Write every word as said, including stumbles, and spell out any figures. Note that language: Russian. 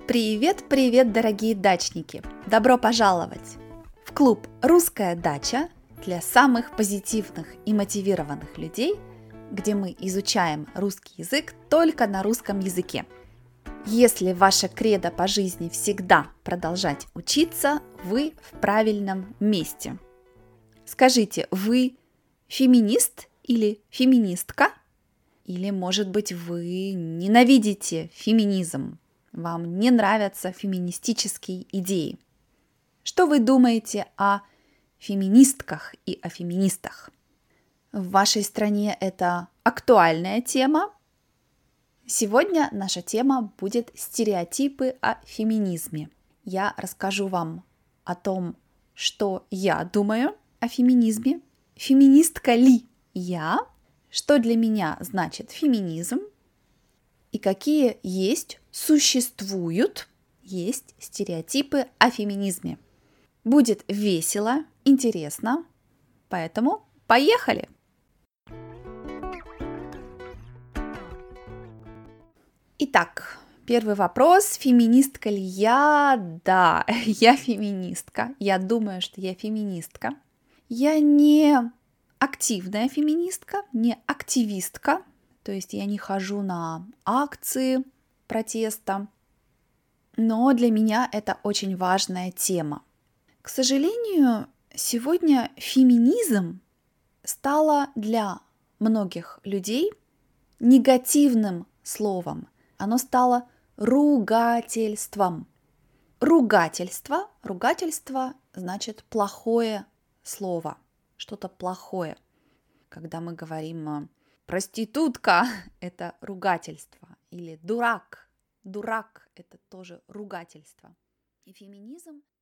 Привет, привет, дорогие дачники! Добро пожаловать в клуб «Русская дача» для самых позитивных и мотивированных людей, где мы изучаем русский язык только на русском языке. Если ваше кредо по жизни всегда продолжать учиться, вы в правильном месте. Скажите, вы феминист или феминистка? Или, может быть, вы ненавидите феминизм? Вам не нравятся феминистические идеи? Что вы думаете о феминистках и о феминистах? В вашей стране это актуальная тема. Сегодня наша тема будет стереотипы о феминизме. Я расскажу вам о том, что я думаю о феминизме, феминистка ли я, что для меня значит феминизм и какие есть, существуют, есть стереотипы о феминизме. Будет весело, интересно, поэтому поехали! Итак, первый вопрос. Феминистка ли я? Да, я феминистка. Я думаю, что я феминистка. Я не активная феминистка, не активистка. То есть я не хожу на акции протеста. Но для меня это очень важная тема. К сожалению, сегодня феминизм стало для многих людей негативным словом. Оно стало ругательством. Ругательство, ругательство значит плохое слово, что-то плохое. Когда мы говорим проститутка, это ругательство, или дурак, дурак, это тоже ругательство. И феминизм